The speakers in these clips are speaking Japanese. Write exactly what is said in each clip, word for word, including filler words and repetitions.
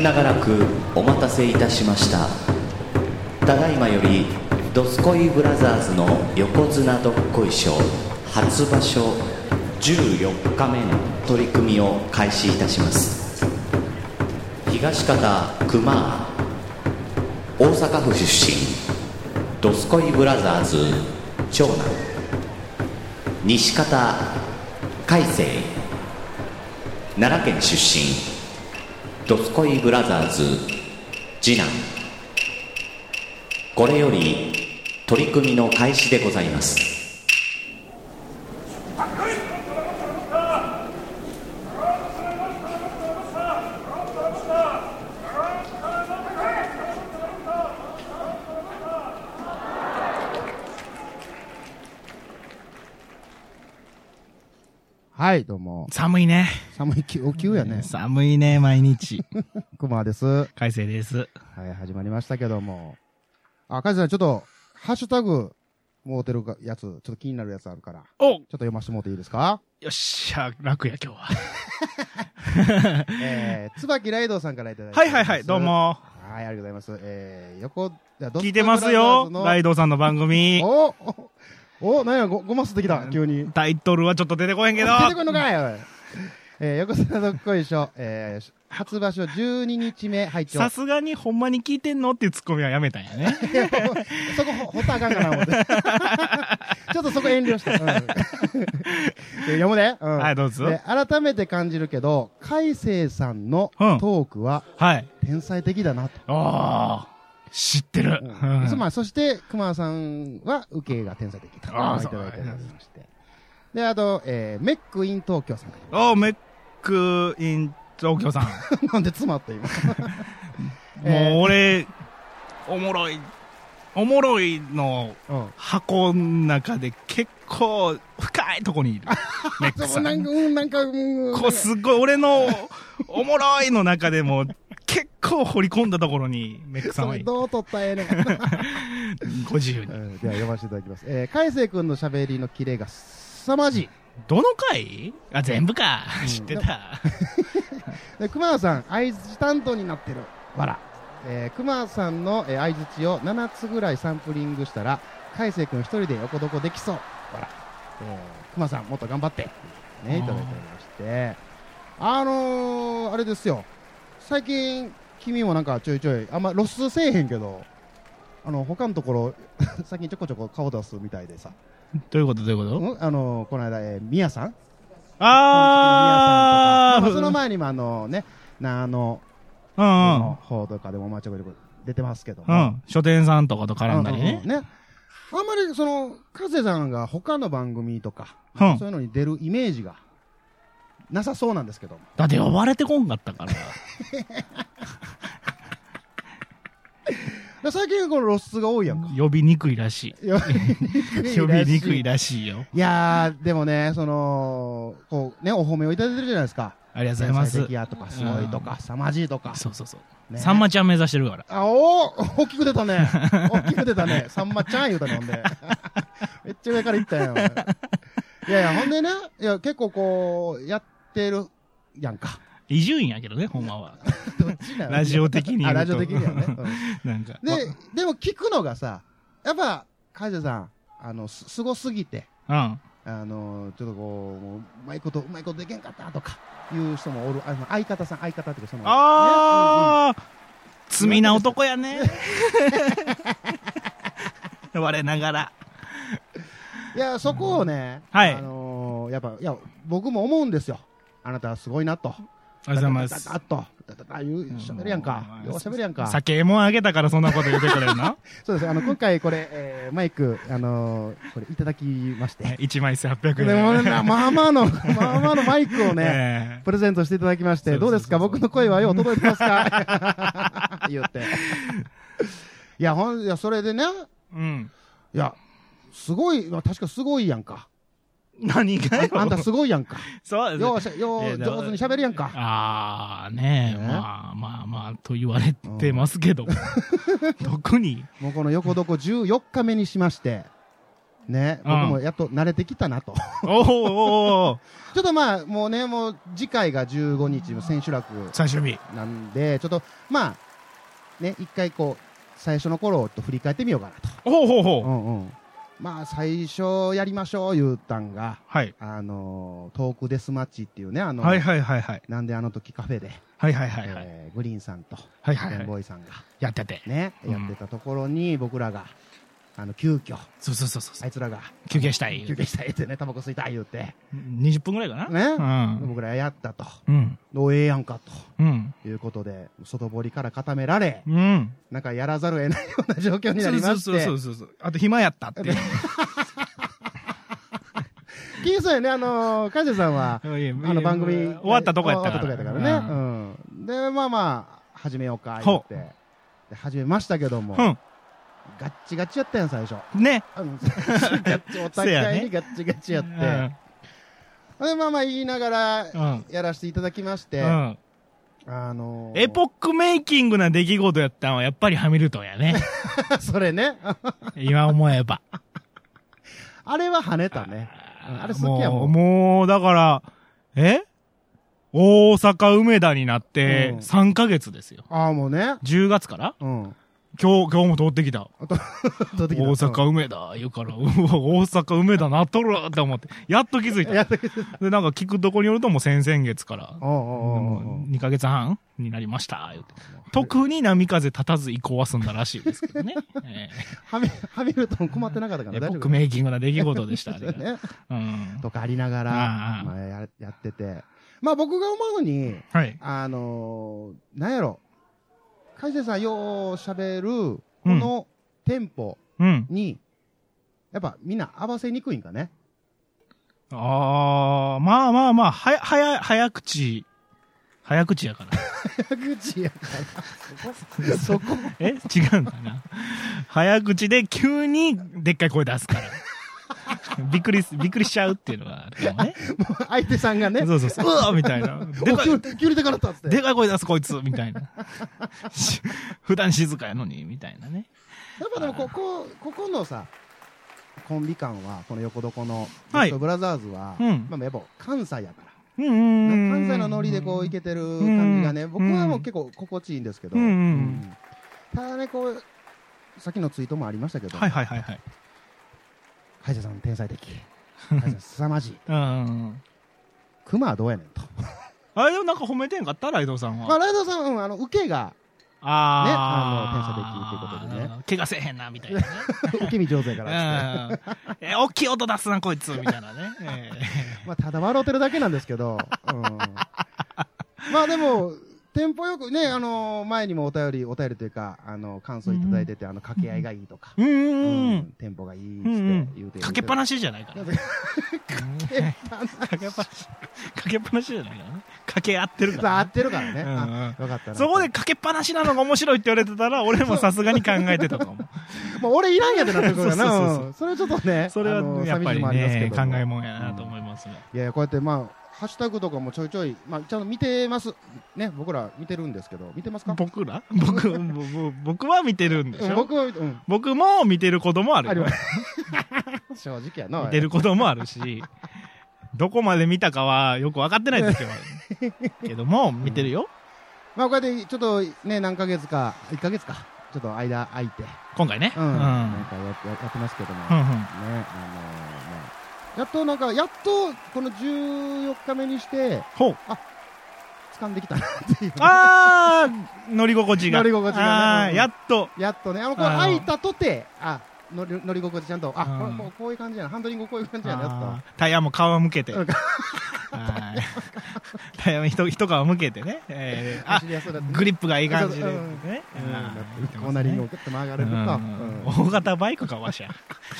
長らくお待たせいたしました。ただいまよりどすこいブラザーズの横綱どっこいしょ初場所じゅうよっかめの取り組みを開始いたします。東方熊大阪府出身どすこいブラザーズ長男、西方海星奈良県出身どすこいブラザーズ次男。これより取り組みの開始でございます。 はい、どうも。 寒いね。 寒い、お急やね。 寒いね、毎日。 熊です。 海星です。 はい、始まりましたけども。あ、海星さん、ちょっと、ハッシュタグ、もうてるやつ、ちょっと気になるやつあるから。 おちょっと読ませてもらっていいですか？ よっしゃ、楽や、今日は。 えー、椿ライドウさんからいただいて。 はいはいはい、どうも。 はい、ありがとうございます。えー、横、 聞いてますよ、ライドウさんの番組。 おおお、なんや、ご、ごますってきた、急に。 タイトルはちょっと出てこへんけど。 出てこんのかい、おい。えー、横綱どっこいしょ、えー、初場所じゅうににちめ拝聴。 さすがにほんまに聞いてんのっていうツッコミはやめたんやね。 そこほ、ほったらあかんかな思って。ちょっとそこ遠慮した。うん、読むで、うん。 はい、どうぞ。 で、改めて感じるけど、海星さんのトークは、 はい。 天才的だなと。 ああ。知ってる。 うんうん、まあ、そして、熊さんは、受けが天才的と。ああ、いただいておりまして。で、あと、えー、メックイン東京さん。 ああ、メックイン東京さん。 なんで詰まった今。 もう俺、おもろい、おもろいの箱の中で結構深いとこにいる。メックさん。 なんか、うん、なんか、うん。 こうすっごい俺のおもろいの中でも結構掘り込んだところにメックさんはいる。 どう取ったらええねん。 ご自由に。 うん、では読ませていただきます。えー、海星くんの喋りのキレが凄まじい。 どの回あ、全部か。うん、知ってた。 で、熊さん、相槌担当になってる。わら。えー、熊さんの、えー、相槌をななつぐらいサンプリングしたら、海星くん一人で横どこできそう。わら。えー、熊さん、もっと頑張って。ね、いただいておりまして。あのー、あれですよ。最近、君もなんかちょいちょい、あんま露出せえへんけど、あの、他のところ、最近ちょこちょこ顔出すみたいでさ。 どういうことどういうこと、 うん、あのー、この間、えー、みやさんあー、 まあ、その前にもあのね、なあの、 うんうん、 方とかでもまあちょこちょこ出てますけども。 うん。書店さんとかと絡んだりね。 うんうんうん、ね。あんまりその、カズさんが他の番組とか、 うん、 そういうのに出るイメージがなさそうなんですけど。 だって呼ばれてこんかったから。 最近この露出が多いやんか。 呼びにくいらしい。呼びにくいらしいよ。 いやー、でもね、その、こうね、お褒めをいただいてるじゃないですか。 ありがとうございます。 天才的やとか、すごいとか、凄まじいとか。 そうそうそう。ね、さんまちゃん目指してるから。 あ、おー大きく出たね。大きく出たね。さんまちゃん言うたね、ほんで。めっちゃ上から言ったよ。いやいや、ほんでね、いや、結構こう、やってるやんか。 伊集院やけどね、ほんまは。ラジオ的に言うと。 あ、ラジオ的にはね。 うん、なんか。 で、でも聞くのがさ、やっぱ、カイジさん、あの、す、すごすぎて。 うん。 あの、ちょっとこう、もう、うまいこと、うまいことできんかったとか、いう人もおる、あの、相方さん、相方っていうか、その、 あー、ね、うんうん、罪な男やね。我ながら。 いや、そこをね、 うん、はい。 あのー、やっぱ、いや、僕も思うんですよ。あなたはすごいなと。 ありがとうございます。 あっと、ああいう喋るやんか。よう喋るやんか。 酒もあげたからそんなこと言ってくれるのそうです。あの、今回これ、えー、マイク、あのー、これいただきまして。 いちまいせんはっぴゃくえん。 でもね、まあまあの、まあまあのマイクをね、えー、プレゼントしていただきまして、どうですか僕の声はよう届いてますか言って。いや、ほん、いや、それでね。 うん。 いや、すごい、確かすごいやんか。 何がよあ, あんたすごいやんか。 そうよう、よう、上手に喋るやんか。 ああ、ねえ、ね、まあまあまあ、と言われてますけど。特に。 もうこの横床じゅうよっかめにしまして。 ね、僕もやっと慣れてきたなと。 おーおーちょっとまあ、もうね、もう次回がじゅうごにちの千秋楽最終日。 なんで、ちょっとまあ、ね、一回こう、最初の頃をちょっと振り返ってみようかなと。 ほうほうほう。 うんうん。まあ、最初やりましょう言うたんが、 はい。 あのー、トークデスマッチっていうね、あの、 はいはいはいはい。 なんであの時カフェで、 はいはいはいはい。 えーグリーンさんと、 はいはいはいテンボーイさんが、 やってて。 ね、 うんやってたところに僕らが、あの、急遽、 そうそうそうそう。 あいつらが、 休憩したい。 休憩したいってね、タバコ吸いたい言うて、 にじゅっぷんぐらいかな。 ね、 うん。 僕らやったと。 うん。 おええやんかうん。 ということで、外堀から固められ、 うん。 なんかやらざるを得ないような状況になりまして。 そうそうそうそう。あと暇やったっていう。 聞いそうやね、あのー、カイセさんは、あの番組、 終わったとこやったから。 終わったとこやったからね。うん。で、まあまあ、始めようか、言って。で、始めましたけども、 うん。 ガッチガチやったやん、最初。 ね。 うん。ガッチ、お互いにガッチガチやって。で、まあまあ言いながら、やらせていただきまして、うん。あのー、エポックメイキングな出来事やったのはやっぱりハミルトンやね。 それね。 今思えば。 あれは跳ねたね。あれ好きやもん。 もう、もうだから、え大阪梅田になってさんかげつですよ。 うん、ああ、もうね。 じゅうがつからうん。 今日、今日も通ってきた。 通ってきた。 大阪梅田言うから、うわ、大阪梅田なっとるって思って、やっと気づいた。 やっと気づいた。 で、なんか聞くとこによるともう先々月から、 おうおうおうおうにかげつはんになりました、言うて。特に波風立たず移行は済んだらしいですけどね。えー、ハミハミルトン困ってなかったから大丈夫。 エポックメイキングな出来事でした、あれが。 ね。 うん。 とかありながら、 あまあや、やってて。まあ僕が思うに、 はい。 あのー、なんやろ。海星さんよう喋る、このテンポに、うん、やっぱみんな合わせにくいんかね。 ああ、まあまあまあ、はや、はや、早口、早口やから。 早口やから。そこ、そこ。 え違うんかな。早口で急にでっかい声出すから。びっくり、びっくりしちゃうっていうのがあるよね。 もう相手さんがね。 そうそうそう。うわーみたいな。 でかい、急にでかなったっつって。 でかい声出すこいつみたいな。普段静かやのに、みたいなね。 やっぱでもここ、ここのさ、コンビ感は、この横床のベストブラザーズは、はい、まあやっぱ関西やから。うん、関西のノリでこういけてる感じがね、僕はもう結構心地いいんですけど、うんうん、ただね、こう、さっきのツイートもありましたけど、 はいはいはいはい。 海星さん天才的。海星さん凄まじい。うん。熊はどうやねんと。 あれでもなんか褒めてんかったライドさんは。 まあライドさん、うん、あの、受けが、 あね、あの、天才的っていうことでね。 怪我せえへんな、みたいなね。 受け身上手やからっつって。 え、大きい音出すな、こいつ、みたいなね。えー、まあ、ただ笑うてるだけなんですけど、うん、まあでも、テンポよくね、あのー、前にもお便り、お便りというか、あの、感想いただいてて、うん、あの、掛け合いがいいとか、うん、うん、テンポがいいって言うて、 かけっぱなしじゃないから。かけっぱなし。かけっぱなしじゃないからね。かけ合ってるから、 ね。合ってるからね。うん、あ、よかったな。 そこでかけっぱなしなのが面白いって言われてたら、俺もさすがに考えてたと思う。 もう俺いらんやってなってくるからな。それちょっとね、 それはやっぱりね、考えもんやなと思いますね。 いや、こうやってまあ、ハッシュタグとかもちょいちょい、まあ、ちゃんと見てます。ね、僕ら見てるんですけど、見てますか？ 僕ら僕、僕は見てるんでしょ？ 僕は、うん。 僕も見てることもある。ある正直やな。 見てることもあるし、どこまで見たかはよく分かってない時はある。けども、見てるよ。 うん、まあ、こうやってちょっとね、何ヶ月か、いっかげつか、ちょっと間空いて。 今回ね。 うん。うん、なんかややってますけども。うんうん、ね、あのー、やっとなんか、やっとこのじゅうよっかめにして、 ほう。 あ、掴んできたなっていう。 あー、乗り心地が。 乗り心地がね。やっと。 やっとね。あの、これ開いたとて、あ、乗り乗り心地ちゃんと、あ、これもうこういう感じやな。ハンドリングこういう感じやな、やっと。 タイヤも皮向けて。タイヤも一皮向けてね。えー、あ、グリップがいい感じで。ね。 コーナリングをグッと曲がれると。大型バイクか、わしゃ。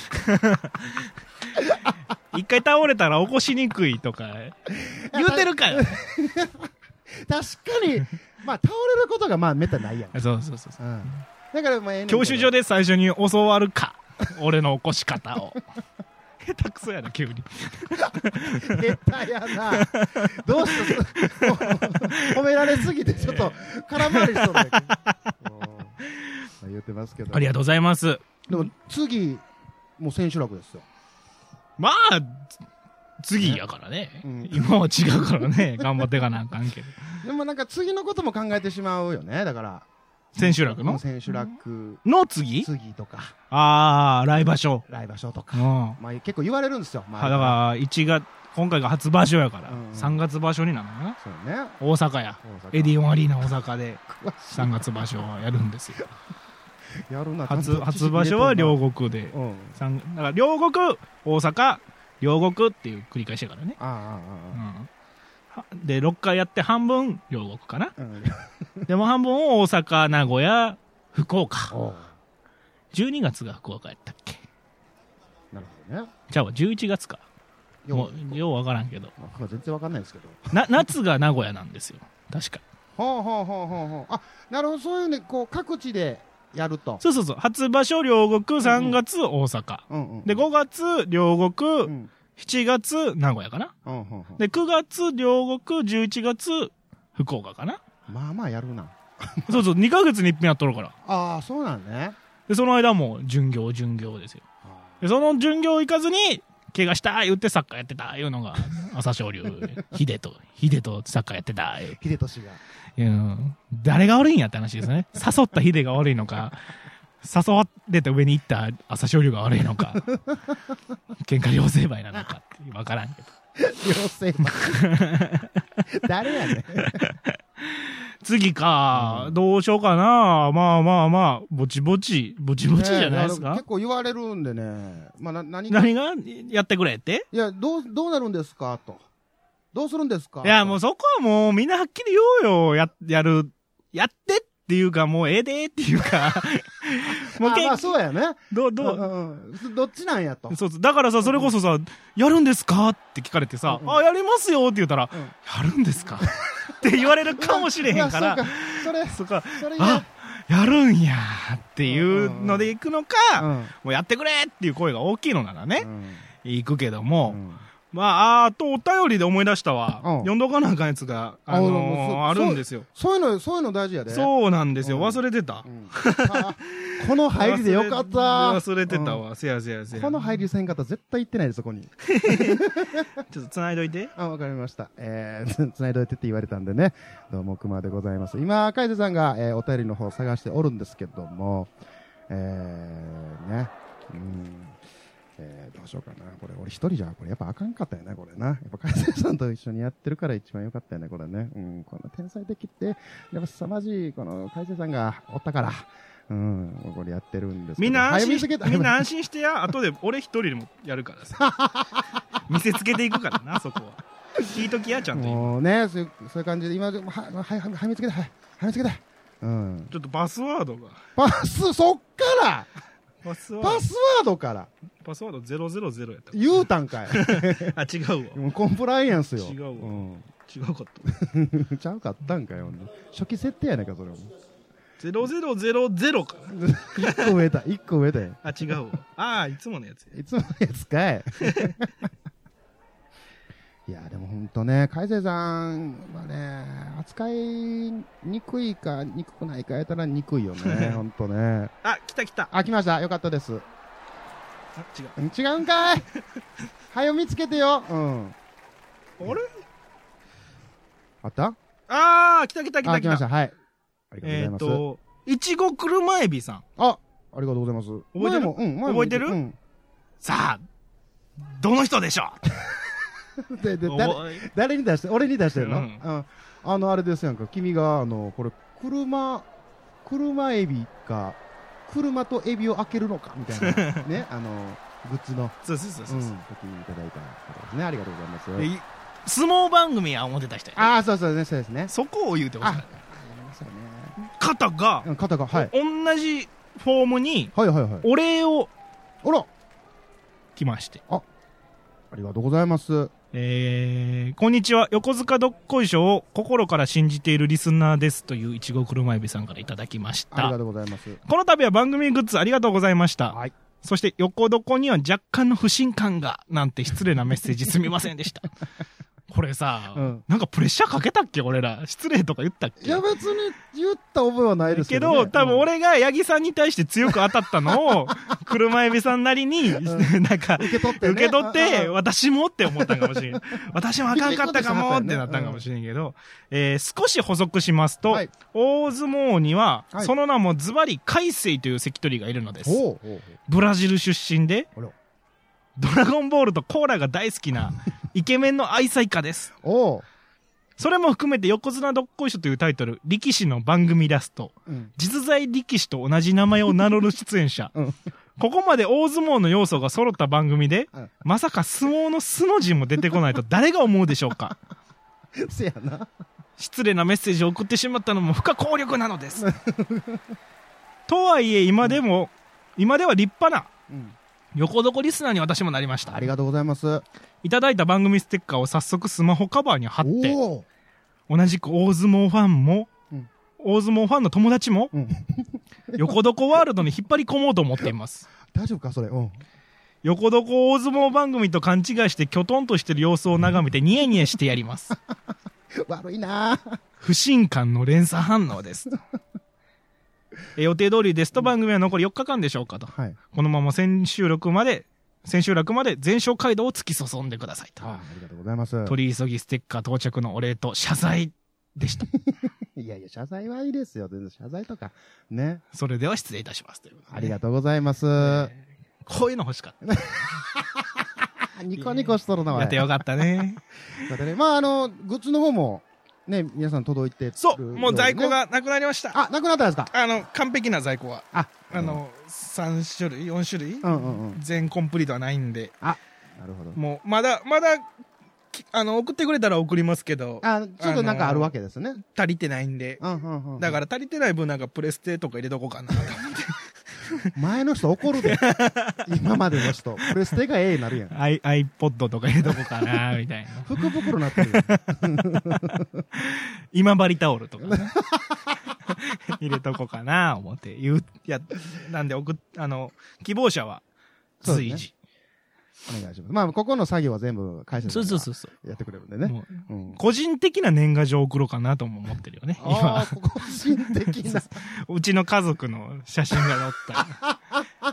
一回倒れたら起こしにくいとか言うてるから。 確かに、まあ倒れることがまあめったにないやん。 そうそうそう。 うん、だからまあ教習所で最初に教わるか、俺の起こし方を。下手くそやな急に。 下手やな。どうして褒められすぎてちょっと空回りしそうだけど。言ってますけど。 ありがとうございます。 でも次もう千秋楽ですよ。 まあ、次やからね。うん、今は違うからね。頑張ってかなあかんけど。 でもなんか次のことも考えてしまうよね。だから。 千秋楽の千秋楽の次次とか。 ああ、来場所。 来場所とか。 うん。 まあ結構言われるんですよ。 だからいちがつ、今回が初場所やから、うん、さんがつ場所になるのかな。 そうね。 大阪や。阪エディオンアリーナ大阪でさんがつ場所をやるんですよ。 やるな。 初初場所は両国で、うん、だから両国大阪両国っていう繰り返しやからね。 ああああ、 うん、でろっかいやって半分両国かな、うん、でも半分を大阪名古屋福岡。じゅうにがつが福岡やったっけ。 なるほどね。 じゃあじゅういちがつか。もうようわからんけど。 全然わかんないですけど。 な夏が名古屋なんですよ。確か。 ほうほうほうほうほう。あ、なるほど。そういうね、こう各地でやると。 そうそうそう。初場所両国、さんがつ大阪。うんうん、でごがつ両国、うん、しちがつ名古屋かな。うんうんうん、でくがつ両国、じゅういちがつ福岡かな。 まあまあやるな。 そうそう。にかげつに一遍やっとるから。 ああ、そうなんね。 でその間も巡業巡業ですよ。でその巡業行かずに怪我した言ってサッカーやってたいうのが朝青龍ヒデとヒデとサッカーやってたヒデとしが、 うん、誰が悪いんやって話ですね。誘ったヒデが悪いのか誘われて上に行った朝青龍が悪いのか喧嘩両成敗なのかって分からんけど両成敗誰やねん次か、うん、どうしようかな。まあまあまあ、ぼちぼち、ぼちぼちじゃないですか。 ね、結構言われるんでね。まあ、な、何か。何がやってくれって？ いや、どう、どうなるんですかと。どうするんですか？ いや、もうそこはもうみんなはっきり言おうよ。や、やる、やってっていうか、もうええでっていうか。 もうあ、まあそうやね。 ど、ど、 うんうん、どっちなんやと。 そうそう。だからさ、それこそさ、うん、やるんですかって聞かれてさ、うんうん、あ、やりますよって言ったら、うん、やるんですかって言われるかもしれへんから、 それ、 そっか、 それあ、やるんやっていうので行くのか、うんうん、もうやってくれっていう声が大きいのならね、うん、行くけども、うん、まあ、あとお便りで思い出したわ。うん、読んどかなあかんやつが、あのー、あるんですよ。 そういうの、そういうの大事やで。 そうなんですよ。忘れてた。うん、 この入りでよかった。 忘れてたわ。うん、せやせやせや。 この入りせんかったら絶対行ってないで、そこに。ちょっと繋いどいて。 あ、わかりました。えー、繋いどいてって言われたんでね。どうも、熊でございます。今、海瀬さんが、えー、お便りの方を探しておるんですけども、えー、ね。うん。えー、どうしようかな。これ、俺一人じゃ、これやっぱあかんかったよね、これな。やっぱ、海星さんと一緒にやってるから一番良かったよね、これね。うん、この天才的って、やっぱ凄まじい、この海星さんがおったから、うん、これやってるんですけど。 みんな安心して、みんな安心してや、後で俺一人でもやるからさ。見せつけていくからな、そこは。聞いときや、ちゃんと。 もうね、そういう、そういう感じで、今、は、は、は、はみつけて、はい、はみつけて。うん。 ちょっとパスワードが。 パス、そっからパスワードからパスワードゼロゼロゼロやった言うたんかいあ、違うわ。 もうコンプライアンスよ。 違うわ、うん、違うかったちゃうかったんかよ。初期設定やないか、それもゼロゼロゼロゼロかいっこ上だ、いっこ上だよ。 あ、違うわ。ああ、いつものやついつものやつかいいや、でもほんとね、海星さんはね、扱いにくいか、にくくないかやったらにくいよね、ほんとね。 あ、来た来た。 あ、来ました。よかったです。 あ、違う。 違うんかいはよ見つけてよ。うん。 あれあったあー、来た来た来た来た。 あ、来ました。はい。ありがとうございます。えっと、 いちご車エビさん。 あ、ありがとうございます。 覚えてる？ うん、 覚えてる？うん。さあ、どの人でしょうでで誰, 誰に出して俺に出してるの、うん、あ, あのあれですやんか、君があのこれ車車エビか車とエビを開けるのかみたいなね、あのグッズのそうそうそうそう、うん、 時にいただいた方ですね。ありがとうございます。 相撲番組や思ってた人や、ね、 ああ、そうそうね、そうですね。 そこを言うてほしい。 そうね、 肩が肩が、はい、 同じフォームにはいはいはいお礼をあら来まして、 あありがとうございます。 えー、こんにちは。横須賀どっこいしょを心から信じているリスナーですといういちご車エビさんからいただきました。 ありがとうございます。 この度は番組グッズありがとうございました。はい。そして横どこには若干の不信感がなんて失礼なメッセージすみませんでした。これさ、うん、なんかプレッシャーかけたっけ俺ら。失礼とか言ったっけ？ いや別に言った覚えはないですけど、ね。 けど、多分俺が八木さんに対して強く当たったのを、車エビさんなりに、うん、なんか、 受け取って、ね、 受け取って、私もって思ったんかもしれん。私もあかんかったかもってなったんかもしれんけど、えー、少し補足しますと、はい、大相撲には、はい、その名もズバリ海星という関取がいるのです。おうおうおう、ブラジル出身で、ドラゴンボールとコーラが大好きなイケメンの愛妻家です。おう、それも含めて横綱どっこいしょというタイトル、力士の番組ラスト、うん、実在力士と同じ名前を名乗る出演者、うん、ここまで大相撲の要素が揃った番組で、うん、まさか相撲の素の字も出てこないと誰が思うでしょうか。 せやな。 失礼なメッセージを送ってしまったのも不可抗力なのです。とはいえ今でも、うん、今では立派な、うん横床リスナーに私もなりました。 ありがとうございます。 いただいた番組ステッカーを早速スマホカバーに貼って、同じく大相撲ファンも、うん、大相撲ファンの友達も、うん、横床ワールドに引っ張り込もうと思っています。 大丈夫かそれ、うん、 横床大相撲番組と勘違いしてきょとんとしてる様子を眺めてニヤニヤしてやります。 悪いな不信感の連鎖反応です。予定通りですと番組は残りよっかかんでしょうかと、はい、このまま千秋楽まで千秋楽まで全勝街道を突き注んでくださいと。 あ, ありがとうございます。 取り急ぎステッカー到着のお礼と謝罪でした。 いやいや謝罪はいいですよ、全然謝罪とかね。 それでは失礼いたしますということで、ね、 ありがとうございます、えー、こういうの欲しかった。 ニコニコしとるな。 やってよかったね。 だってね、まああのグッズの方もね、皆さん届いてる、ね、 そう、もう在庫がなくなりました。 あ、なくなったんですか？ あの、完璧な在庫は。あ、あの、うん、さん種類、よん種類、うんうんうん、全コンプリートはないんで。 あ、なるほど。 もう、まだ、まだ、あの、送ってくれたら送りますけど。 あ、ちょっとなんかあるわけですね。 足りてないんで。うんうんうん、だから足りてない分なんかプレステとか入れとこうかなと思って。 前の人怒るで。今までの人。プレステがええなるやん。 アイ、iPod とか入れとこうかなみたいな。 福袋なってる。 今治タオルとかね。入れとこうかな思って言う。いや、なんで送っ、あの、希望者は随時。 お願いします。まあ、ここの作業は全部会社でやってくれるんでね。 うん、個人的な年賀状送ろうかなとも思ってるよね。今。 個人的な。 うちの家族の写真が載った。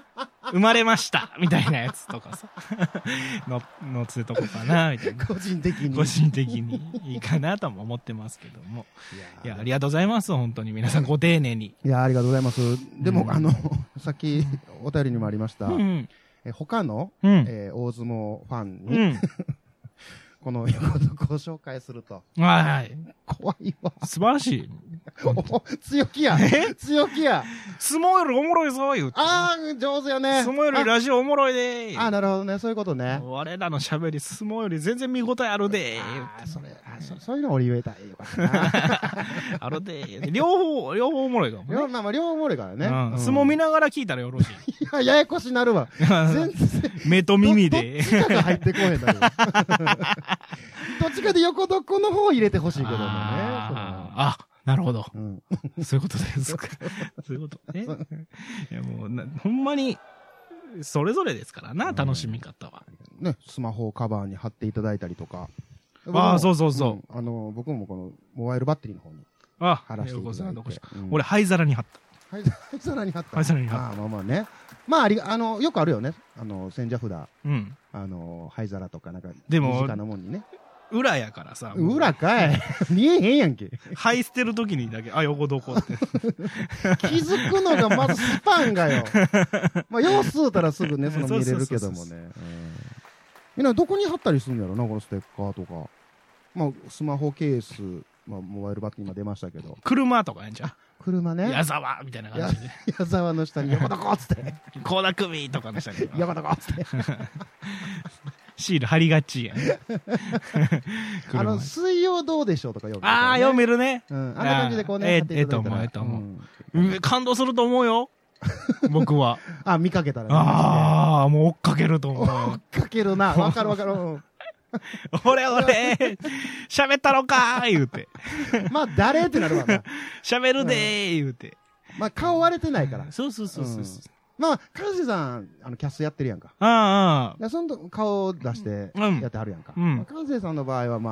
生まれましたみたいなやつとかさ。の、載せとこうかなみたいな。 個人的に。 個人的にいいかなとも思ってますけども。いや、いやありがとうございます。本当に皆さんご丁寧に。 いや、ありがとうございます。でも、うん、あの、さっきお便りにもありました。うんえ他の、うんえー、大相撲ファンに、うん、この横床を紹介すると。 はい。 怖いわ。 素晴らしい。 強気や。強気や。 相撲よりおもろいぞ、言うて。 ああ、上手よね。 相撲よりラジオおもろいで。 ああ、なるほどね。そういうことね。 我らの喋り、相撲より全然見応えあるで。 あそれあそ、そういうの俺言えたらよかったな。 あるで。両方、両方おもろいかもね。 両まあまあ、両方おもろいからね。 うんうん、相撲見ながら聞いたらよろしい。 いや、ややこしなるわ。全然。 目と耳で。 どっちかが入ってこへんだろ。どっちかで横床の方を入れてほしいけどもね。 あ、なるほど。うん、そういうことですか。そういうことね。いやもうな、ほんまに、それぞれですからな、うん、楽しみ方は。 ね、スマホをカバーに貼っていただいたりとか。 ああ、そうそうそう、 うん。あの、僕もこの、モバイルバッテリーの方に貼らせていただいて。 うん、俺、灰皿に貼った。 灰皿に貼った。 灰皿に貼った。 ああ、まあまあね。まあ、あり、あの、よくあるよね。あの、千社札。うん。あの、灰皿とか、なんか、 でも、 身近なもんにね。 裏やからさ。 裏かい。見えへんやんけ。 灰捨てるときにだけ、あ、横どこって。 気づくのがまずスパンがよ。まあ、様子うたらすぐね、その見れるけどもね。みんなどこに貼ったりするんやろな、このステッカーとか。まあ、スマホケース、まあ、モバイルバッテリー今出ましたけど。 車とかやんじゃん。 車ね。 矢沢みたいな感じで。 矢沢の下に横どこっつって。 倖田來未とかの下に。 横どこっつって。 シール貼りがちやん。 あの、水曜どうでしょうとか読む、 ね。ああ、読めるね。 うん。あんな感じでこうね。 ええと思う、ええと思う。感動すると思うよ。僕は。 あ、見かけたらね。 ああ、もう追っかけると思う。 追っかけるな。わかるわかる。 俺俺喋ったろかー言うて。 まあ、誰ってなるわな。 喋るでー言うて。 まあ、顔割れてないから。 そうそうそうそう。 まあ、カズさん、あの、キャスやってるやんか。 ああ。 その顔を出してやってはるやんか。カズさんの場合はまあ、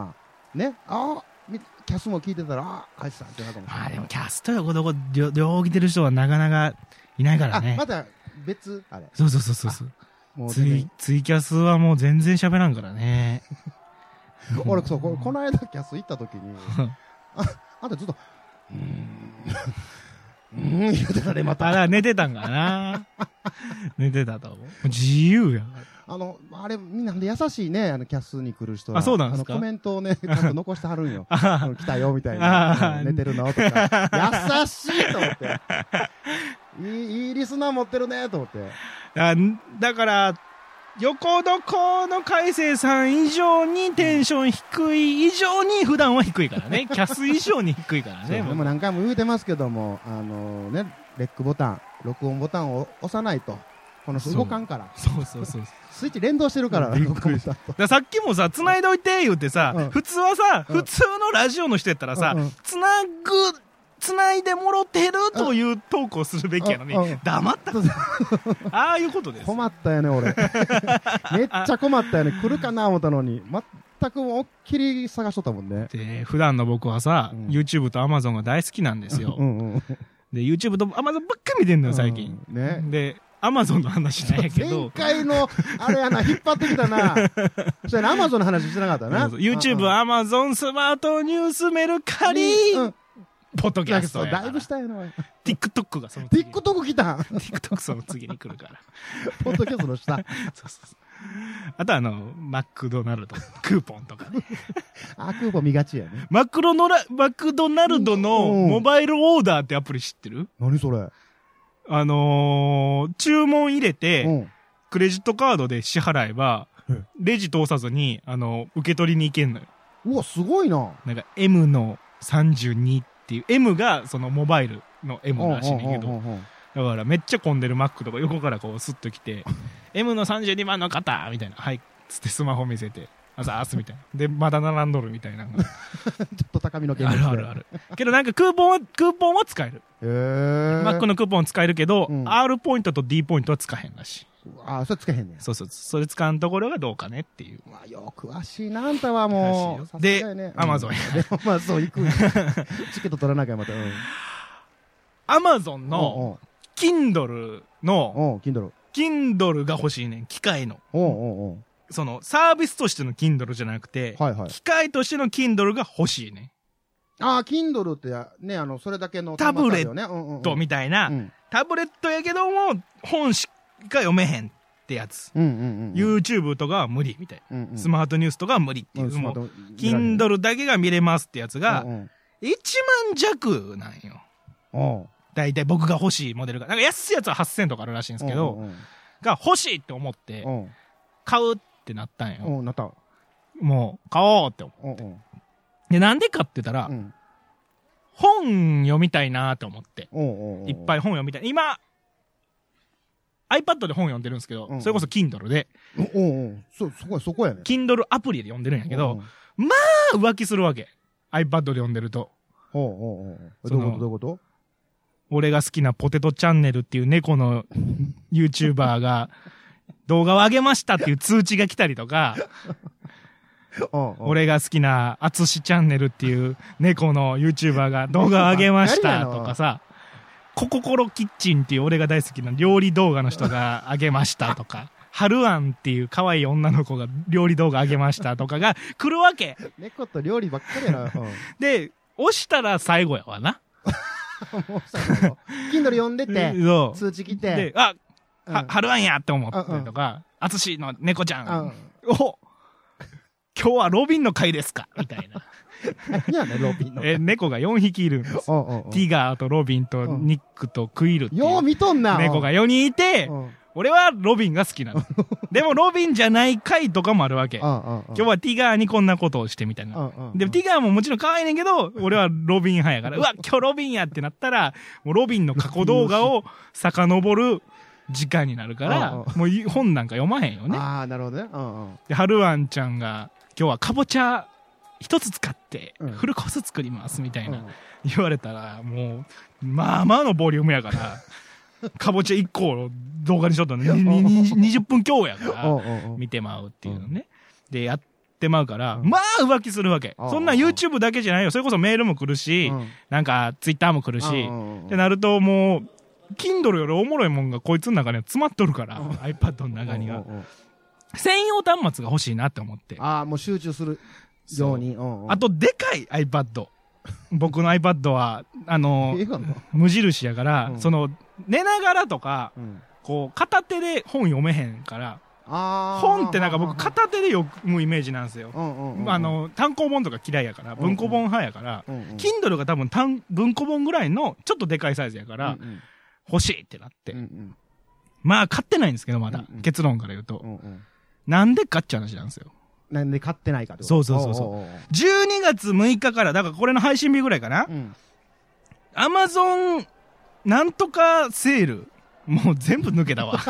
ね、あキャスも聞いてたら、あ海津さんってなるかもしれない。 あでもキャスと横どこ両両着てる人はなかなかいないからね。 あまた別あれ。 そうそうそうそうそう。 もうツイツイキャスはもう全然喋らんからね。 俺そうここの間キャス行った時にああんたずっとうーんうーん言ってたねまた。 あら寝てたんかな。寝てたと思う。自由や。 あのあれみんなで優しいねあのキャスに来る人は。 あそうなんですか。 あのコメントをねちゃんと残してはるんよ。あの来たよみたいな寝てるのとか優しいと思って。いいいいリスナー持ってるねと思って。 あだから横床の海星さん以上にテンション低い以上に普段は低いからね。キャス以上に低いからね。でも何回も言うてますけども、あのね、レックボタン、録音ボタンを押さないと、この人動かんから。 そうそうそう。 スイッチ連動してるから、 びっくりした。ださっきもさ、繋いどいて言ってさ、うん、普通はさ、うん、普通のラジオの人やったらさ、うんうん、繋ぐ、繋いでもろてるというトークをするべきやのに、黙った。ああいうことです。 困ったよね、俺。めっちゃ困ったよね。来るかな思ったのに、全く思いっきり探しとったもんね。 で、普段の僕はさ、うん、YouTube と Amazon が大好きなんですよ。うんうん、で、YouTube と Amazon ばっか見てんのよ、最近。うん、ね。で、Amazon の話なんやけど。 前回の、あれやな、引っ張ってきたな。それ Amazon の話してなかったな。 YouTube、Amazon、スマートニュースメルカリー。ポッドキャストやだいぶしたよな。 TikTok がその次。 TikTok 来たん ?TikTok その次に来るから。 ポッドキャストの下。そうそうそう。あとあの、マクドナルド、クーポンとかね。 あ、クーポン見がちやね。 マクロノラ、マクドナルドのモバイルオーダーってアプリ知ってる？ 何それ？ あのー、注文入れて、クレジットカードで支払えば、レジ通さずに、あの、受け取りに行けんのよ。 うわ、すごいな。 なんか エム のさんじゅうにっていう、M がそのモバイルの M らしいねんけど、だからめっちゃ混んでるマックとか横からこうスッと来て、エム のさんじゅうにばんの方みたいな、はい、つってスマホ見せて、あざーすみたいな。で、まだ並んどるみたいな。ちょっと高みの件あるあるある。けどなんかクーポンは、クーポンは使える。 へー。 マックのクーポン使えるけど、うん、R ポイントと D ポイントは使えへんらしい。 ああ、それ使えへんねん。 そうそう。それ使うところがどうかねっていう。 まあ、よく詳しいな、あんたはもう。で、アマゾンや。 で、アマゾン行く。チケット取らなきゃまた。 アマゾンの、Kindle の、 Kindle。 Kindle が欲しいねん、機械の。 おうおうおうその、サービスとしての Kindle じゃなくて、はいはい、機械としての Kindle が欲しいねん。 ああ、Kindle ってね、あの、それだけの、 タブレットみたいな、うん、タブレットやけども、本しか読めへんってやつ。うんうんうんうん、YouTube とかは無理みたいな、うんうん。スマートニュースとかは無理っていう。うん、もう Kindle だけが見れますってやつが、うんうん、いちまん弱なんよ。だいたい僕が欲しいモデルが。なんか安いやつははっせんとかあるらしいんですけど、うんうん、が欲しいって思って、買うってなったんよ。 うん、なった。 もう、買おうって思って。うんうん、で、なんでかって言ったら、うん、本読みたいなって思って。いっぱい本読みたい。今、iPad で本読んでるんですけど、うんうん、それこそ Kindle で。 おうおうそ、そこや、そこやね。 Kindle アプリで読んでるんやけど、まあ、浮気するわけ。iPad で読んでると。 おうおうおうどういうことどういうこと俺が好きなポテトチャンネルっていう猫の YouTuber が動画を上げましたっていう通知が来たりとか、おうおう俺が好きなあつしチャンネルっていう猫の YouTuber が動画を上げましたとかさ、コココロキッチンっていう俺が大好きな料理動画の人が上げましたとか、ハルアンっていう可愛い女の子が料理動画上げましたとかが来るわけ。 猫と料理ばっかりやな。うん、 で、押したら最後やわな。 もう最後。Kindle 読んでて、通知来て。 で、あ、うん、は、ハルアンやって思ってとか、あつしの猫ちゃん。うん、お今日はロビンの回ですかみたいな。 何やねロビンの。 え、猫がよんひきいるんです。おうおうおうティガーとロビンとニックとクイルっていう。 よう見とんな。 猫がよにんいて、俺はロビンが好きなの。でもロビンじゃない回とかもあるわけ。今日はティガーにこんなことをしてみたいな。でもティガーももちろん可愛いねんけど、俺はロビン派やから、うわ、今日ロビンやってなったら、もうロビンの過去動画を遡る時間になるから、もう本なんか読まへんよね。 ああ、なるほどね。 で、ハルアンちゃんが、今日はかぼちゃ一つ使ってフルコース作りますみたいな言われたら、もう、まあまあのボリュームやから、かぼちゃいっこを動画にしとったのに、にじゅっぷん強やから、見てまうっていうのね。で、やっってまうから、うん、まあ浮気するわけ。そんな YouTube だけじゃないよ。それこそメールも来るし、うん、なんか Twitter も来るし、ってなるともう、Kindle よりおもろいもんがこいつの中には詰まっとるから、うん、iPad の中には。専用端末が欲しいなって思って。 ああ、もう集中するように。 あと、でかい iPad。僕の iPad は、あの、無印やから、うん、その、寝ながらとか、うん、こう、片手で本読めへんから、本ってなんか僕片手で読むイメージなんですよ。あの、単行本とか嫌いやから、文庫本派やから、うんうん、Kindle が多分単文庫本ぐらいのちょっとでかいサイズやから、うんうん、欲しいってなって。うんうん、まあ買ってないんですけど、まだ。うんうん、結論から言うと、うんうん。なんでかって話なんですよ。 なんで買ってないかってこと。 そうそうそうそう。おうおうおう、じゅうにがつむいかから、だからこれの配信日ぐらいかな。うん、Amazon なんとかセール。もう全部抜けたわ。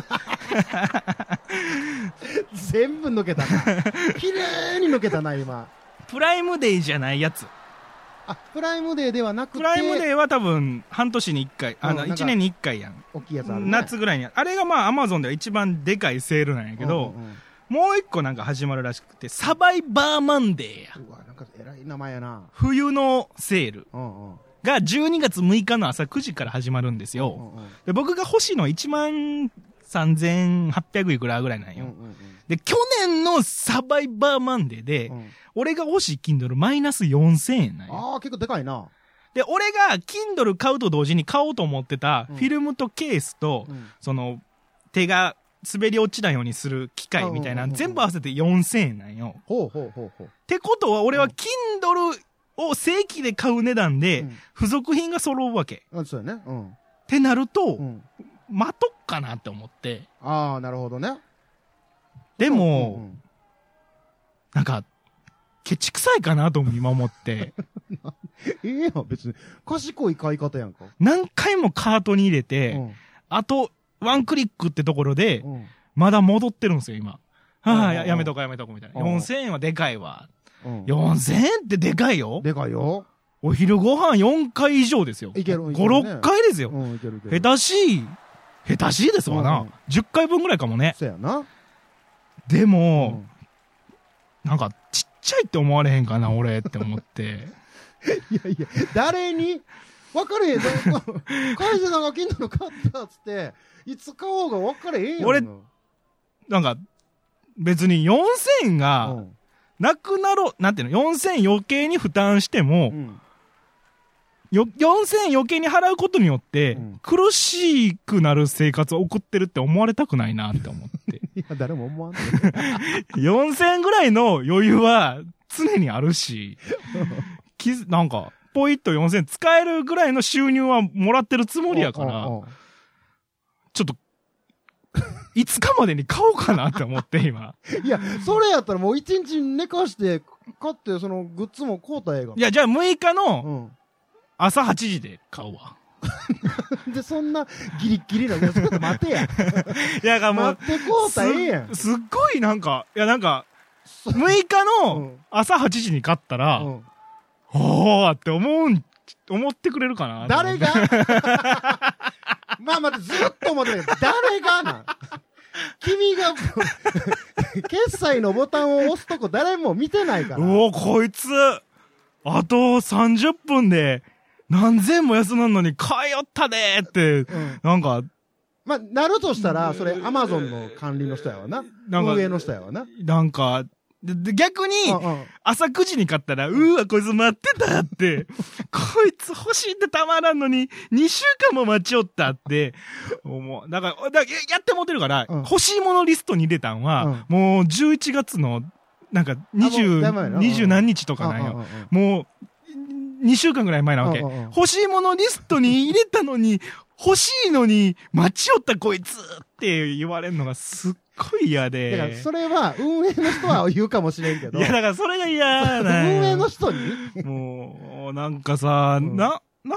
全部抜けたな。綺麗に抜けたな、今。 プライムデーじゃないやつ。 あ、プライムデーではなくて。 プライムデーは多分、半年にいっかい、あの、いちねんにいっかいやん。 大きいやつある、ね。 夏ぐらいに。あれがまあ、アマゾンでは一番でかいセールなんやけど、うんうんうん、もう一個なんか始まるらしくて、サバイバーマンデーや。 うわ、なんか偉い名前やな。 冬のセール。うんうん、がじゅうにがつむいかの朝くじから始まるんですよ。うんうん、で僕が欲しいのはいちまんさんぜんはっぴゃくいくらぐらいなんよ。うんうんうん、で、去年のサバイバーマンデーで、うん、俺が欲しい Kindle マイナスよんせんえんなんよ。 ああ、結構でかいな。 で、俺が Kindle 買うと同時に買おうと思ってたフィルムとケースと、うん、その、手が滑り落ちないようにする機械みたいな、全部合わせてよんせんえんなんよ。 ほうほうほうほう。 ってことは俺は Kindle を正規で買う値段で、付属品が揃うわけ。 うん、そうやね。うん。 ってなると、うん、待とっかなって思って。 ああ、なるほどね。 でも、うんうん、なんか、ケチくさいかなと今思って。 ええやん、別に。賢い買い方やんか。 何回もカートに入れて、うん、あと、ワンクリックってところで、うん、まだ戻ってるんですよ、今。はあ、や, やめとこやめとこみたいな。よんせんえんはでかいわ。うん、よんせんえんってでかいよ。 でかいよ。 お昼ご飯よんかい以上ですよ。 いける。 ご、ろっかいですよ。 うん、いけるいける。下手しい、下手しいですわな。うん、じゅっかいぶんぐらいかもね。 そうやな。 でも、うん、なんか、ちっちゃいって思われへんかな、俺って思って。 いやいや、誰に分かれへん。カイゼなんか金の買ったっつって、いつ買おうが分かれへんやん。 俺、なんか、別によんせんえんが、うんなくなろう、なんていうの、よんせんえん余計に負担しても、うん、よよんせんえん余計に払うことによって、うん、苦しくなる生活を送ってるって思われたくないなって思って。 いや、誰も思わんねよんせんえんぐらいの余裕は常にあるし、なんか、ポイッとよんせんえん使えるぐらいの収入はもらってるつもりやから、ちょっと、いつかまでに買おうかなって思って今。 いや、それやったらもう一日寝かして買ってそのグッズも買うたらええが。 いや、じゃあむいかの朝はちじで買うわ。 で、そんなギリギリな、いや、ちょっと待てや。いや、がもう、 待ってこうたらええやん。 す、すっごいなんか、いやなんか、むいかの朝はちじに買ったら、うん、おーって思うん、思ってくれるかな。 誰がまあまあずっと思ってるけど、誰がな君が、決済のボタンを押すとこ誰も見てないから。 おお、こいつ、あとさんじゅっぷんで何千も安なんのに買いよったでーって、うん、なんか、 まあ、なるとしたら、それアマゾンの管理の人やわな。なんか運営の人やわな。 なんか、で、で逆に、朝くじに買ったら、うーわ、こいつ待ってたって、こいつ欲しいってたまらんのに、にしゅうかんも待ちよったって、思う。だから、だからやってもってるから、うん、欲しいものリストに入れたんは、うん、もうじゅういちがつの、なんか、二十、二十何日とかなんよ。もう、にしゅうかんぐらい前なわけ。欲しいものリストに入れたのに、欲しいのに、待ちよったこいつって言われるのがすっごい嫌で。 だからそれは運営の人は言うかもしれんけど。 いやだからそれが嫌な運営の人にもう、なんかさ、うん、な、なん、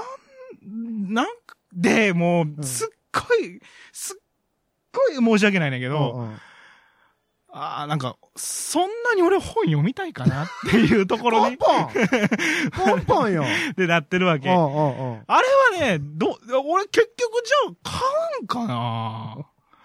なんで、もう、すっごい、すっごい申し訳ないんだけど、うんうん、ああ、なんか、そんなに俺本読みたいかなっていうところに。 ポンポンポンポンよで、なってるわけ。 おうおうおうあれはね、ど、俺結局じゃあ買うんかな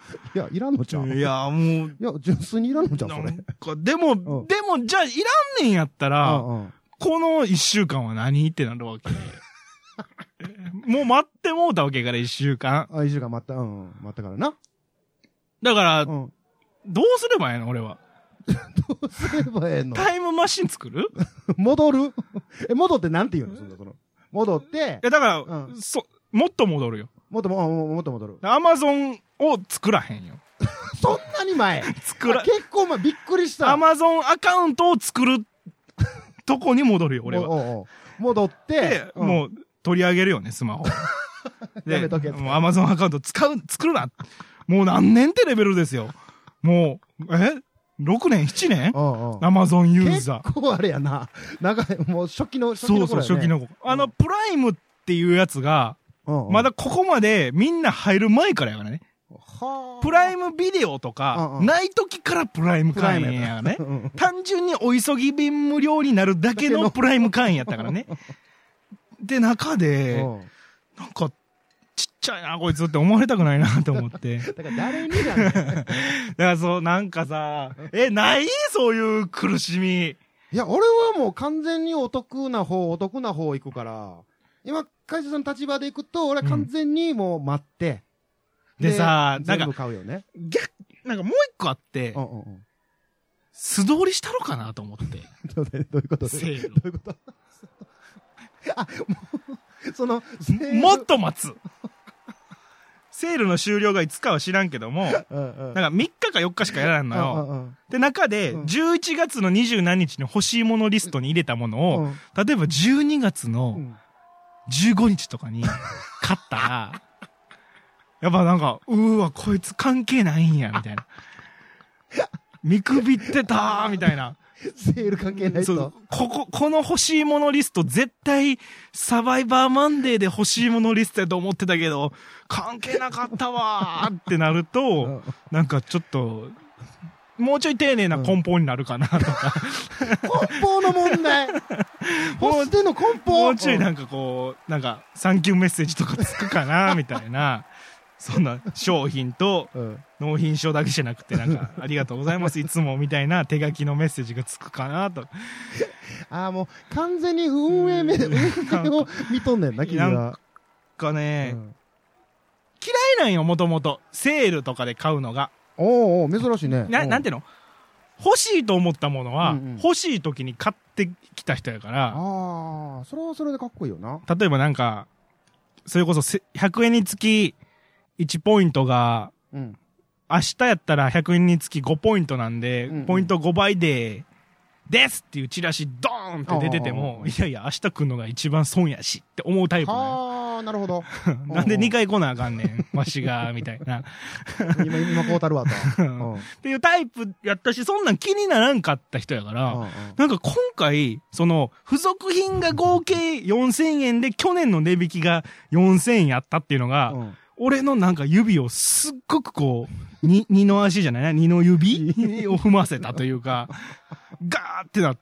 いや、いらんのちゃういや、もう。 いや、純粋にいらんのちゃうそれ。 なんかでも、でも、じゃあ、いらんねんやったら、うんうん、この一週間は何ってなるわけ。もう待ってもうたわけから一週間。 あ、一週間待った、うん、待ったからな。 だから、うん、どうすればええの俺は。 どうすればええのタイムマシン作る戻るえ、戻ってなんて言うのその、その。戻って。 え、だから、うん、そ、もっと戻るよ。 もっとも、もっと戻る。 アマゾンを作らへんよ。 そんなに前作ら、 結構前、びっくりした。 アマゾンアカウントを作るとこに戻るよ、俺は。おうおう戻って、 で、うん、もう取り上げるよね、スマホ。で、やめとけ。もうアマゾンアカウント使う、作るな。もう何年ってレベルですよ。もう、えろくねん、ななねんアマゾンユーザー。 結構あれやな。長い、もう初期の、 初期の頃、ね。そうそう、初期の頃。あの、プライムっていうやつが、まだここまでみんな入る前からやからね。プライムビデオとか、ない時からプライム会員やからね。単純にお急ぎ便無料になるだけのプライム会員やったからね。で、中で、なんか、ちっちゃいな、こいつって思われたくないなと思って。 だから誰にだね。 だからそう、なんかさ、え、ないそういう苦しみ。 いや、俺はもう完全にお得な方、お得な方行くから、今、会社さんの立場で行くと、俺は完全にもう待って、 うん、で, でさ、 なんか、全部買うよね。 逆、なんかもう一個あって、うんうんうん、素通りしたろかなと思って。 どういうことセール。 どういうことあ、もう、その、 もっと待つ。セールの終了がいつかは知らんけども、うんうん、なんかみっかかよっかしかやらんのよ。うんうん、で、中で、じゅういちがつのにじゅうなんにちに欲しいものリストに入れたものを、うん、例えばじゅうにがつのじゅうごにちとかに買ったら、やっぱなんか、うーわ、こいつ関係ないんや、みたいな。見くびってたー、みたいな。 セール関係ないと。 そう。ここ、この欲しいものリスト絶対サバイバーマンデーで欲しいものリストやと思ってたけど、関係なかったわーってなると、なんかちょっと、もうちょい丁寧な梱包になるかなとか。 梱包の問題欲しての梱包もうちょいなんかこう、なんかサンキューメッセージとかつくかなみたいな。そんな商品と納品書だけじゃなくてなんかありがとうございますいつもみたいな手書きのメッセージがつくかなと。 ああもう完全に運営目で運営を見とんねんな君は。 なんかね、うん、嫌いなんよもともとセールとかで買うのが。 おお珍しいね。 ななんていうの欲しいと思ったものは、うんうん、欲しい時に買ってきた人やから。ああそれはそれでかっこいいよな。 例えばなんかそれこそひゃくえんにつきいちポイントが、うん、明日やったらひゃくえんにつきごポイントなんで、うんうん、ポイントごばいで、ですっていうチラシドーンって出てても、いやいや、明日来るのが一番損やしって思うタイプね。 ああ、なるほど。 なんでにかい来なあかんねん、わしが、みたいな。 今、今こうたるわと。 っていうタイプやったし、そんなん気にならんかった人やから、なんか今回、その、付属品が合計よんせんえんで、去年の値引きがよんせんえんやったっていうのが、うん俺のなんか指をすっごくこう、に、二の足じゃないな、二の指を踏ませたというか、ガーってなって。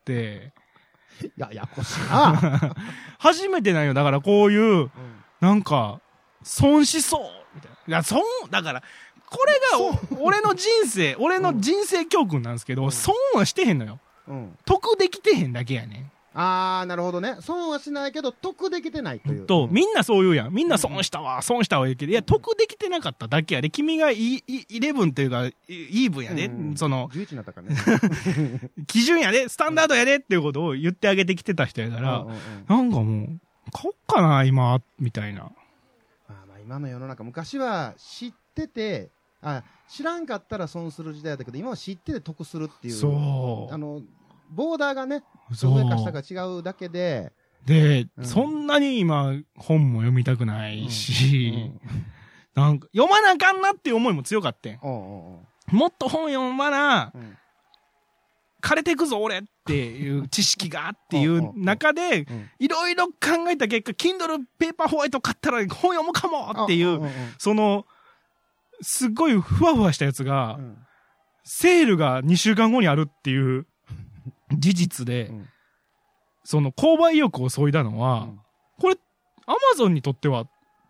いや、やこしいな。 初めてなんよ。だからこういう、うん、なんか、損しそう。みたいな。いや、損、だから、これが俺の人生、俺の人生教訓なんですけど、うん、損はしてへんのよ。うん、得できてへんだけやねん。 あー、なるほどね。損はしないけど、得できてないという。 と、みんなそう言うやん。みんな損したわ、損したわ言うけど、いや、得できてなかっただけやで。君がイレブンっていうか、イーブンやで。うん、その、 じゅういちになったからね。基準やで、スタンダードやでっていうことを言ってあげてきてた人やから、うんうんうん、なんかもう、買おっかな、今、みたいな。 まあまあ、今の世の中、昔は知ってて、あ、知らんかったら損する時代だけど、今は知ってて得するっていう。 そう。 あの、ボーダーがね、上か下か違うだけで。 で、うん、そんなに今、本も読みたくないし、うんうん、なんか、読まなあかんなっていう思いも強かったん。おうおうおうもっと本読まな、うん、枯れてくぞ俺っていう知識がっていう中で、いろいろ考えた結果、Kindle ペーパーホワイト買ったら本読むかもっていう、その、すっごいふわふわしたやつが、うん、セールがにしゅうかんごにあるっていう、事実で、うん、その購買意欲を削いだのは、うん、これ、アマゾンにとっては、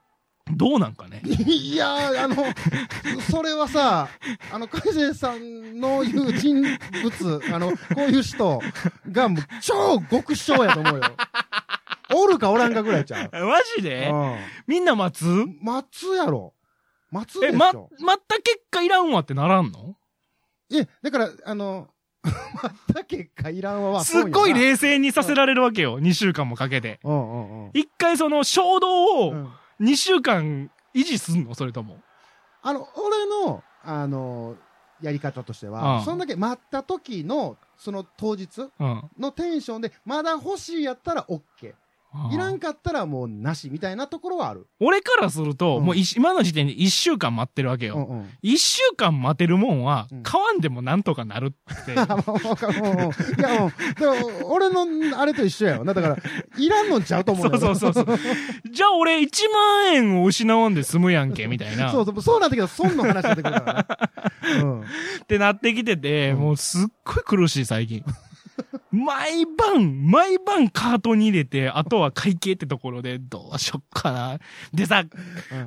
どうなんかね。 いやー、あの、それはさ、あの、海星さんの言う人物、あの、こういう人がもう超極小やと思うよ。おるかおらんかぐらいちゃう。 マジで、うん、みんな待つ待つやろ。待つでしょ。 え、ま、待った結果いらんわってならんの？ え、だから、あの、待った結果いらんわはすっごい冷静にさせられるわけよ。にしゅうかんもかけて。 うんうんうん、 一回その衝動をにしゅうかん維持すんの？それとも。 あの、俺の、あの、やり方としては、うん、そんだけ待った時の、その当日のテンションで、まだ欲しいやったら OK。いらんかったらもうなしみたいなところはある。俺からすると、うん、もう今の時点でいっしゅうかん待ってるわけよ。うんうん、いっしゅうかん待てるもんは、買わんでもなんとかなるって。いやもう、 でも俺のあれと一緒やよ。だから、いらんのちゃうと思うよ。 そうそうそうそう。じゃあ俺いちまんえんを失わんで済むやんけ、みたいな。 そうそう、そうなんだけど、損の話出てくるからね。うん。 ってなってきてて、もうすっごい苦しい最近。毎晩、毎晩カートに入れて、あとは会計ってところで、どうしよっかな。でさ、うん、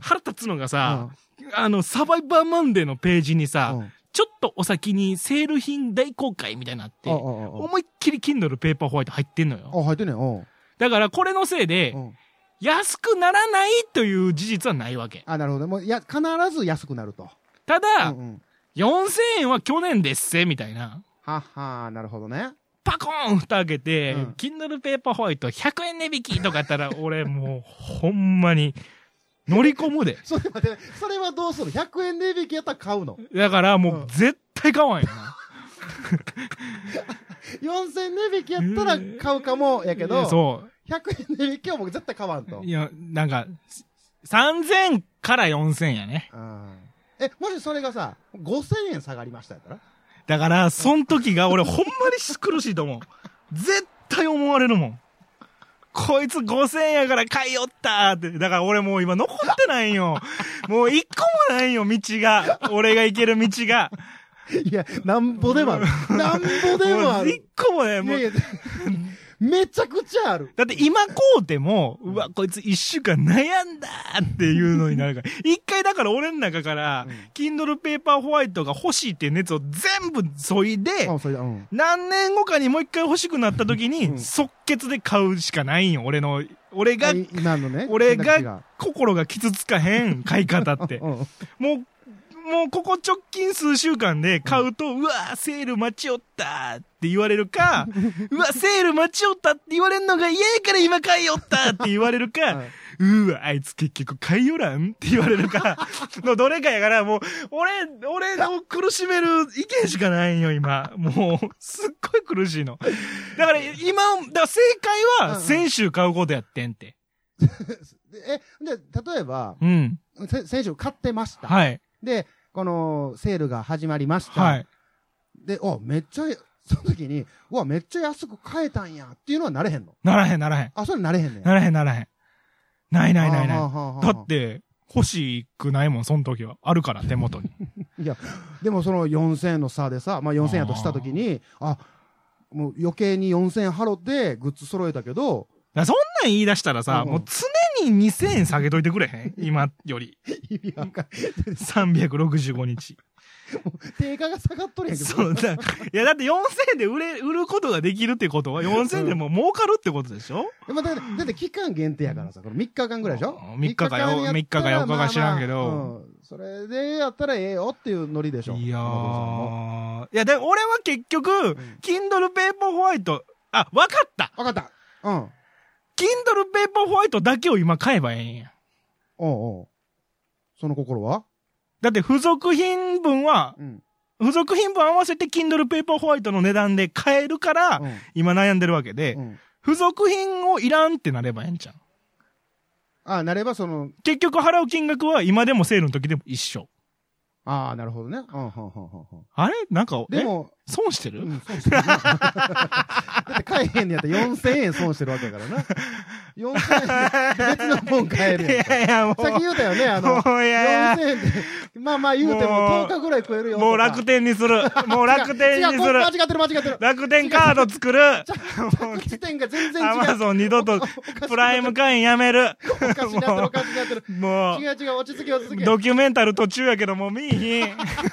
腹立つのがさ、うん、あの、サバイバーマンデーのページにさ、うん、ちょっとお先にセール品大公開みたいになって、思いっきり Kindle ペーパーホワイト入ってんのよ。 あ、入ってんねん。 だからこれのせいで、安くならないという事実はないわけ。 あ、なるほど。もうや、必ず安くなると。 ただ、うんうん、よんせんえんは去年ですせ、みたいな。 はっはー、なるほどね。 パコーン蓋開けて、うん、Kindle ペーパーホワイトひゃくえん値引きとかやったら、俺もう、ほんまに、乗り込むで。 それ待って、それはどうする ?ひゃく 円値引きやったら買うの？ だからもう、絶対買わんよな。 よんせん値引きやったら買うかも、やけど、 そう。 ひゃくえん値引きは僕絶対買わんと。 いや、なんか、さんぜんからよんせんやね。 え、もしそれがさ、ごせんえん下がりましたやったら？ だから、そん時が俺ほんまに苦しいと思う。絶対思われるもん。こいつごせんえんやから買いよったって。だから俺もう今残ってないよ。もう一個もないよ、道が。俺が行ける道が。 いや、なんぼでもある。なんぼでもある。 一個もね、もう。いやいやめちゃくちゃある。 だって今こうても、うわ、こいつ一週間悩んだっていうのになるから。一回だから俺の中から、うん、Kindle ペーパーホワイトが欲しいっていう熱を全部削いで、うん、何年後かにもう一回欲しくなった時に、うん、即決で買うしかないんよ、俺の。俺が、 今のね、 俺が心が傷つかへん買い方って。うん、もう、もうここ直近数週間で買うと、うん、うわセール待ちよったって言われるか、うわセール待ちよったって言われるのが嫌やから今買いよったって言われるか、はい、うわあいつ結局買いよらんって言われるか、のどれかやからもう、俺、俺を苦しめる意見しかないよ今。もう、すっごい苦しいの。だから今、だから正解は先週買うことやってんって。 え、で、例えば、 うん。 先週買ってました。 はい。 で、このセールが始まりました。はい。で、お、めっちゃ、その時に、うわ、めっちゃ安く買えたんやっていうのはなれへんの？ ならへん、ならへん。 あ、それなれへんねん。 ならへん、ならへん。ないないないない。だって、欲しくないもん、その時は。あるから、手元に。 いや、でもそのよんせんえんの差でさ、まあよんせんえんやとした時に、あ、もう余計によんせんえん払ってグッズ揃えたけど、 そんなん言い出したらさ、うん、もう常ににせんえん下げといてくれへん今より。意味わかんさんびゃくろくじゅうごにち。 定価が下がっとるやんけど。 そうだ。いや、だってよんせんえんで売れ、売ることができるってことは、よんせんえんでも儲かるってことでしょ、うん、 だって、だって期間限定やからさ、このみっかかんぐらいでしょ ? みっ 日かよ、みっかかよっかか知らんけど、まあまあうん。 それでやったらええよっていうノリでしょ。 いやー。いや、で、俺は結局、うん、Kindle ペーパーホワイト、あ、わかったわかった。うん。 Kindle ペーパーホワイトだけを今買えばええんや。 おうおう。その心は？ だって付属品分は、うん、付属品分合わせて Kindle ペーパーホワイトの値段で買えるから、うん、今悩んでるわけで、うん、付属品をいらんってなればええんちゃう？ ああ、なればその、 結局払う金額は今でもセールの時でも一緒。 ああ、なるほどね。うん、はんはんはんはん。 あれなんか、 でも、 損してる、 うん、損してる。だって買えへんねやったらよんせんえん損してるわけだからな。 よんせんえんで別のもん買えるやん。いやいや、もう。 さっき言うたよね、あの、 もういやいやよんせんえんで、まあまあ言うてもとおかぐらい食えるよとか。 もう楽天にする。もう楽天にする。 間違ってる間違ってる。 楽天カード作る。 着地点が全然違う。 アマゾン二度とプライム会員やめる。 おかしになってるおかしになってる。 もう。 違う違う、落ち着け落ち着け。 ドキュメンタル途中やけどもう見いひん。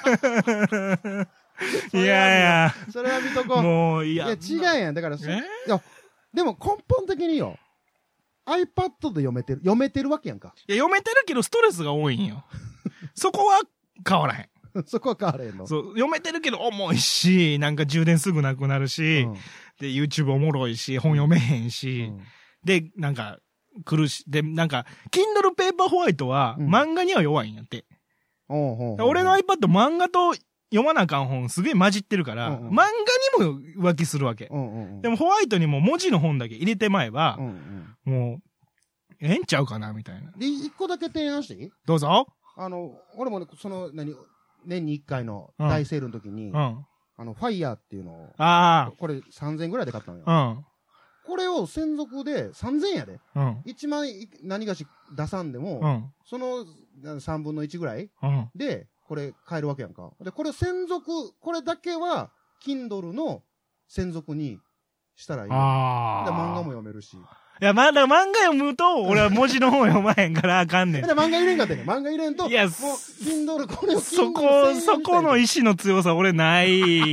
いやいや。 それは見とこう。 もう、いや。 いや、違うやん。だから、いや、でも根本的によ、iPad で読めてる、読めてるわけやんか。 いや、読めてるけどストレスが多いんよ。そこは変わらへん。 そこは変わらへんの。 そう、読めてるけど重いし、なんか充電すぐなくなるし、うん、で、YouTube おもろいし、本読めへんし、うん、で、なんか、苦し、で、なんか、Kindle Paperwhite は、漫画には弱いんやって。うん、俺の iPad 漫画と読まなあかん本すげえ混じってるから、うんうん、漫画にも浮気するわけ、うんうんうん。でもホワイトにも文字の本だけ入れてまえば、うんうん、もう、ええんちゃうかなみたいな。 で、一個だけ提案していい？ どうぞ。 あの、俺もね、その、何、年に一回の大セールの時に、うん、あの、ファイヤーっていうのを、ああ。これさんぜんえんぐらいで買ったのよ。うん。これを専属でさんぜんえんやで。うん。いちまん何がし出さんでも、うん、そのさんぶんのいちぐらい、うん、で、これ買えるわけやんか。で、これ専属、これだけは、Kindle の専属にしたらいい。ああ。で、漫画も読めるし。 いや、まだ漫画読むと、俺は文字の方読まへんからあかんねん。 で、漫画入れんかったね。漫画入れんと、いや、もう、Kindle、これを Kindle そこ、そこの意志の強さ俺ない。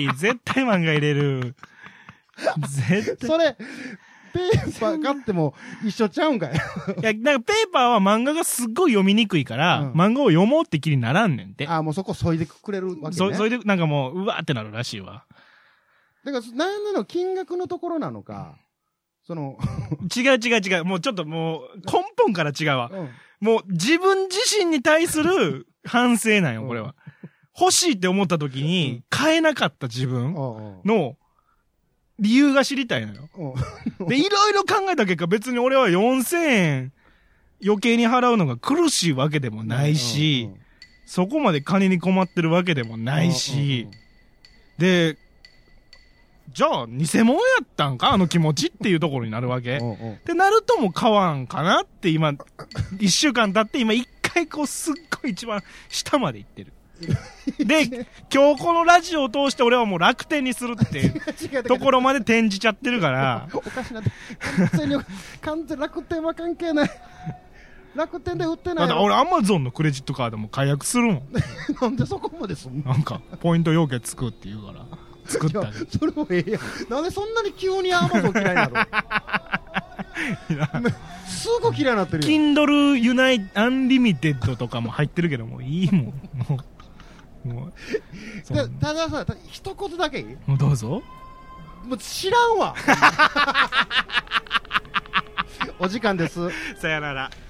絶対漫画入れる。絶対。 それ、ペーパー買っても一緒ちゃうんかい。いや、なんかペーパーは漫画がすっごい読みにくいから、うん、漫画を読もうって気にならんねんて。 ああ、もうそこ削いでくれるわけね。 そ、そいで、なんかもう、うわーってなるらしいわ。 だから、何なの金額のところなのか、その、 違う違う違う。もうちょっともう、根本から違うわ。うん、もう自分自身に対する反省なんよ、これは。うん、欲しいって思った時に、買えなかった自分の、理由が知りたいのよ。で、いろいろ考えた結果、別に俺はよんせんえん余計に払うのが苦しいわけでもないし、そこまで金に困ってるわけでもないし、で、じゃあ、偽物やったんかあの気持ちっていうところになるわけ。ってなるとも買わんかなって今、一週間経って今一回こうすっごい一番下まで行ってる。で、今日このラジオを通して俺はもう楽天にするってところまで転じちゃってるから。 おかしなって。完全に、完全楽天は関係ない。楽天で売ってない。 だって俺アマゾンのクレジットカードも解約するもん。 なんでそこまですんの？ なんか、ポイント要件つくって言うから。作ったけど。それもええやん。なんでそんなに急にアマゾン嫌いなの？すぐ嫌いになってるよ。 Kindle Unite Unlimited とかも入ってるけどもういいもん。もうもうたださ、一言だけいい？ もうどうぞ。 もう知らんわ。お時間です。 さよなら。